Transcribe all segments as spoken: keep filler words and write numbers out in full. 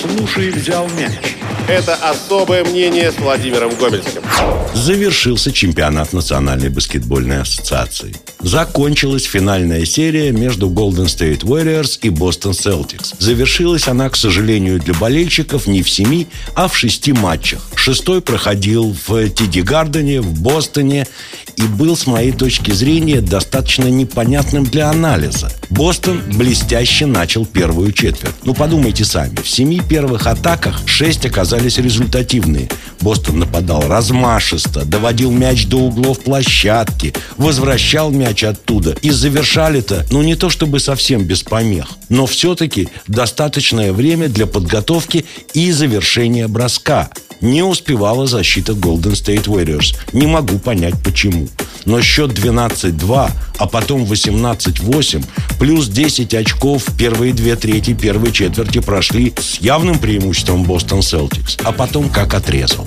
Слушай, взял мяч. Это особое мнение с Владимиром Гомельским. Завершился чемпионат Национальной баскетбольной ассоциации. Закончилась финальная серия между Golden State Warriors и Boston Celtics. Завершилась она, к сожалению, для болельщиков не в семи, а в шести матчах. Шестой проходил в Ти Ди Гардене, в Бостоне, и был, с моей точки зрения, достаточно непонятным для анализа. Бостон блестяще начал первую четверть. Ну, подумайте сами. В семи первых атаках шесть оказались результативные. Бостон нападал размашисто, доводил мяч до углов площадки, возвращал мяч оттуда. И завершали-то, ну, не то чтобы совсем без помех, но все-таки достаточное время для подготовки и завершения броска. Не успевала защита Golden State Warriors. Не могу понять, почему. Но счет двенадцать два, а потом восемнадцать восемь, плюс десять очков в первые две трети первой четверти прошли с явным преимуществом Boston Celtics, а потом как отрезало.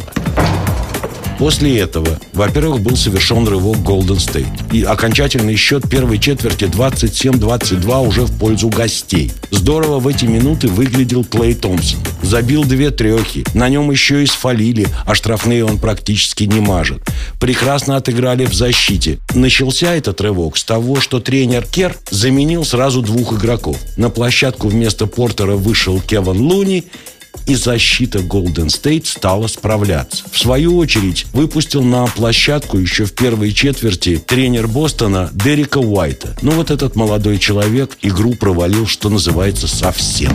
После этого, во-первых, был совершен рывок Golden State. И окончательный счет первой четверти двадцать семь двадцать два уже в пользу гостей. Здорово в эти минуты выглядел Клей Томпсон. Забил две трехи. На нем еще и сфолили, а штрафные он практически не мажет. Прекрасно отыграли в защите. Начался этот рывок с того, что тренер Кер заменил сразу двух игроков. На площадку вместо Портера вышел Кевин Луни, и защита Golden State стала справляться. В свою очередь, выпустил на площадку еще в первой четверти тренер Бостона Дерека Уайта. Но вот этот молодой человек игру провалил, что называется, совсем.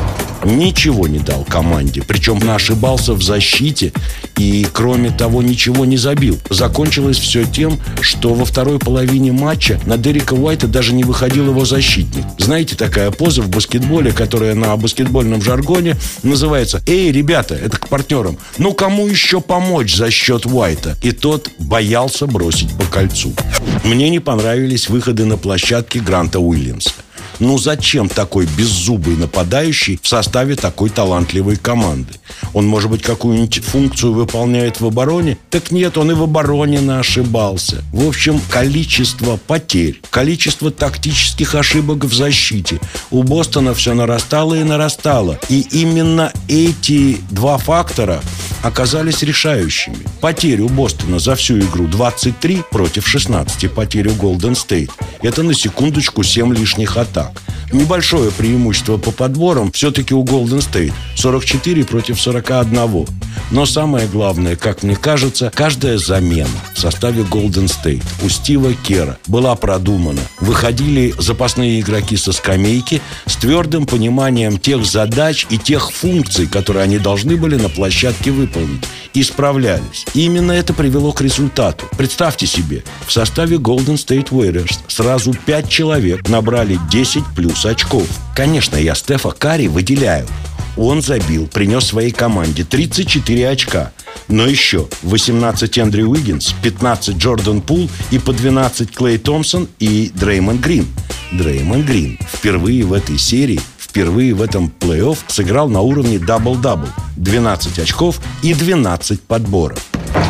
Ничего не дал команде, причем ошибался в защите и, кроме того, ничего не забил. Закончилось все тем, что во второй половине матча на Дерека Уайта даже не выходил его защитник. Знаете, такая поза в баскетболе, которая на баскетбольном жаргоне называется: «Эй, ребята», это к партнерам, «ну кому еще помочь за счет Уайта?» И тот боялся бросить по кольцу. Мне не понравились выходы на площадке Гранта Уильямса. Ну зачем такой беззубый нападающий в составе такой талантливой команды? Он, может быть, какую-нибудь функцию выполняет в обороне? Так нет, он и в обороне ошибался. В общем, количество потерь, количество тактических ошибок в защите у Бостона все нарастало и нарастало. И именно эти два фактора оказались решающими. Потерь у Бостона за всю игру двадцать три против шестнадцати потерь у Golden State. Это, на секундочку, семь лишних атак. Небольшое преимущество по подборам все-таки у Golden State. сорок четыре против сорока одного. Но самое главное, как мне кажется, каждая замена в составе Golden State у Стива Кера была продумана. Выходили запасные игроки со скамейки с твердым пониманием тех задач и тех функций, которые они должны были на площадке выполнить. И справлялись. И именно это привело к результату. Представьте себе, в составе Golden State Warriors сразу пять человек набрали десять плюс очков. Конечно, я Стефа Карри выделяю. Он забил, принес своей команде тридцать четыре очка. Но еще восемнадцать Эндрю Уиггинс, пятнадцать Джордан Пул и по двенадцать Клей Томпсон и Дреймонд Грин. Дреймонд Грин впервые в этой серии, впервые в этом плей-офф сыграл на уровне дабл-дабл. двенадцать очков и двенадцать подборов.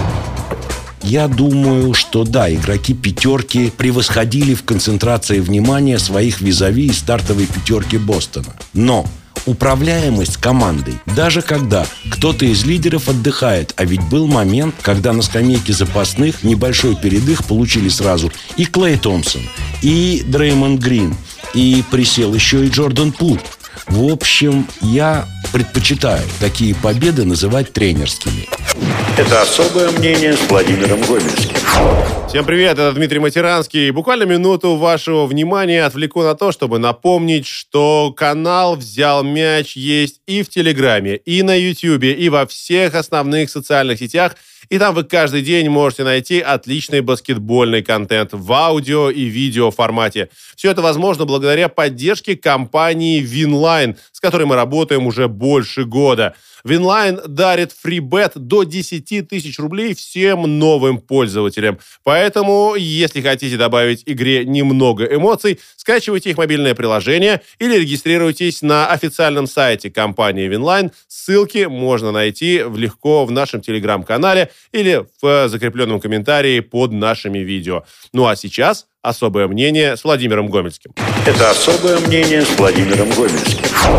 Я думаю, что да, игроки пятерки превосходили в концентрации внимания своих визави из стартовой пятерки Бостона. Но управляемость командой, даже когда кто-то из лидеров отдыхает, а ведь был момент, когда на скамейке запасных небольшой передых получили сразу и Клей Томпсон, и Дреймонд Грин, и присел еще и Джордан Пул. В общем, я предпочитаю такие победы называть тренерскими. Это особое мнение с Владимиром Гомельским. Всем привет, это Дмитрий Матеранский. Буквально минуту вашего внимания отвлеку на то, чтобы напомнить, что канал «Взял мяч» есть и в Телеграме, и на Ютьюбе, и во всех основных социальных сетях. И там вы каждый день можете найти отличный баскетбольный контент в аудио и видео формате. Все это возможно благодаря поддержке компании Винлайн, с которой мы работаем уже больше года. Винлайн дарит фрибет до десять тысяч рублей всем новым пользователям. Поэтому, если хотите добавить игре немного эмоций, скачивайте их мобильное приложение или регистрируйтесь на официальном сайте компании Винлайн. Ссылки можно найти легко в нашем телеграм-канале или в закрепленном комментарии под нашими видео. Ну а сейчас особое мнение с Владимиром Гомельским. Это особое мнение с Владимиром Гомельским.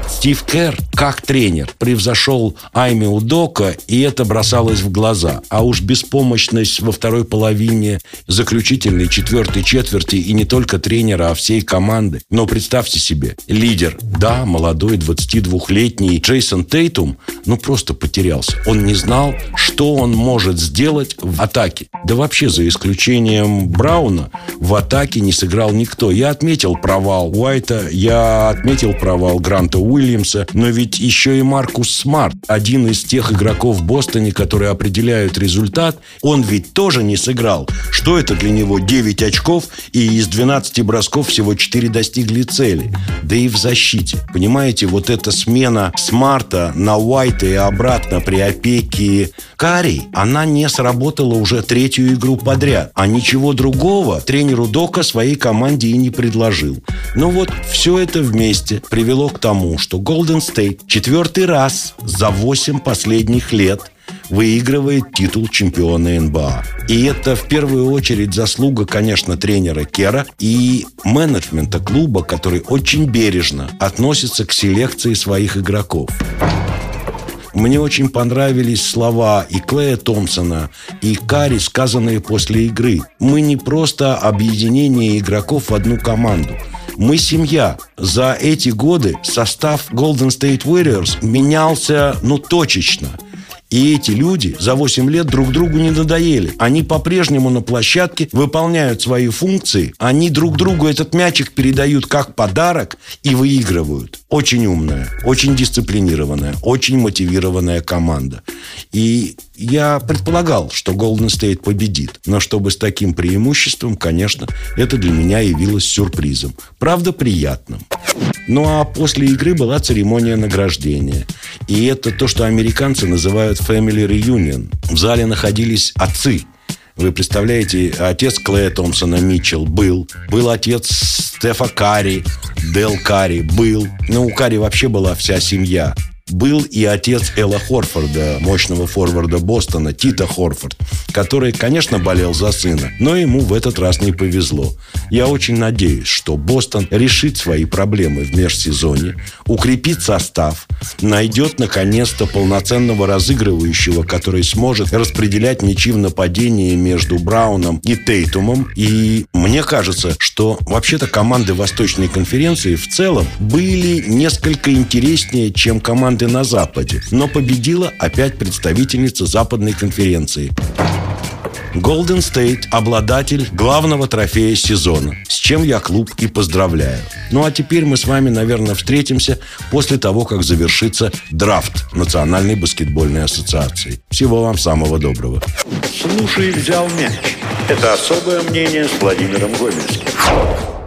Стив Кер, как тренер, превзошел Айми Удока, и это бросалось в глаза. А уж беспомощность во второй половине заключительной четвертой четверти и не только тренера, а всей команды. Но представьте себе, лидер, да, молодой двадцатидвухлетний Джейсон Тейтум, ну просто потерялся. Он не знал, что он может сделать в атаке. Да вообще, за исключением Брауна, в атаке не сыграл никто. Я отметил провал Уайта, я отметил провал Гранта Уильямса, но ведь еще и Маркус Смарт, один из тех игроков в Бостоне, которые определяют результат, он ведь тоже не сыграл. Что это для него? девять очков, и из двенадцати бросков всего четыре достигли цели. Да и в защите. Понимаете, вот эта смена Смарта на Уайта и обратно при опеке Карри, она не сработала уже третью игру подряд. А ничего другого тренер Удока своей команде и не предложил. Но вот все это вместе привело к тому, что Golden State четвертый раз за восемь последних лет выигрывает титул чемпиона эн бэ а. И это в первую очередь заслуга, конечно, тренера Кера и менеджмента клуба, который очень бережно относится к селекции своих игроков. Мне очень понравились слова и Клея Томпсона, и Карри, сказанные после игры. Мы не просто объединение игроков в одну команду. Мы семья. За эти годы состав Golden State Warriors менялся, ну, точечно. И эти люди за восемь лет друг другу не надоели. Они по-прежнему на площадке выполняют свои функции. Они друг другу этот мячик передают как подарок и выигрывают. Очень умная, очень дисциплинированная, очень мотивированная команда. И я предполагал, что Golden State победит. Но чтобы с таким преимуществом, конечно, это для меня явилось сюрпризом. Правда, приятным. Ну а после игры была церемония награждения. И это то, что американцы называют family reunion. В зале находились отцы. Вы представляете, отец Клея Томпсона Митчелл был. Был отец Стефа Карри, Дел Карри был. Ну, у Карри вообще была вся семья. Был и отец Элла Хорфорда, мощного форварда Бостона, Тита Хорфорд, который, конечно, болел за сына, но ему в этот раз не повезло. Я очень надеюсь, что Бостон решит свои проблемы в межсезонье, укрепит состав, найдет, наконец-то, полноценного разыгрывающего, который сможет распределять мячи в нападении между Брауном и Тейтумом. И мне кажется, что вообще-то команды Восточной конференции в целом были несколько интереснее, чем команды на Западе. Но победила опять представительница Западной конференции. Golden State – обладатель главного трофея сезона, с чем я клуб и поздравляю. Ну а теперь мы с вами, наверное, встретимся после того, как завершится драфт Национальной баскетбольной ассоциации. Всего вам самого доброго. Слушай, взял мяч. Это особое мнение с Владимиром Гомельским.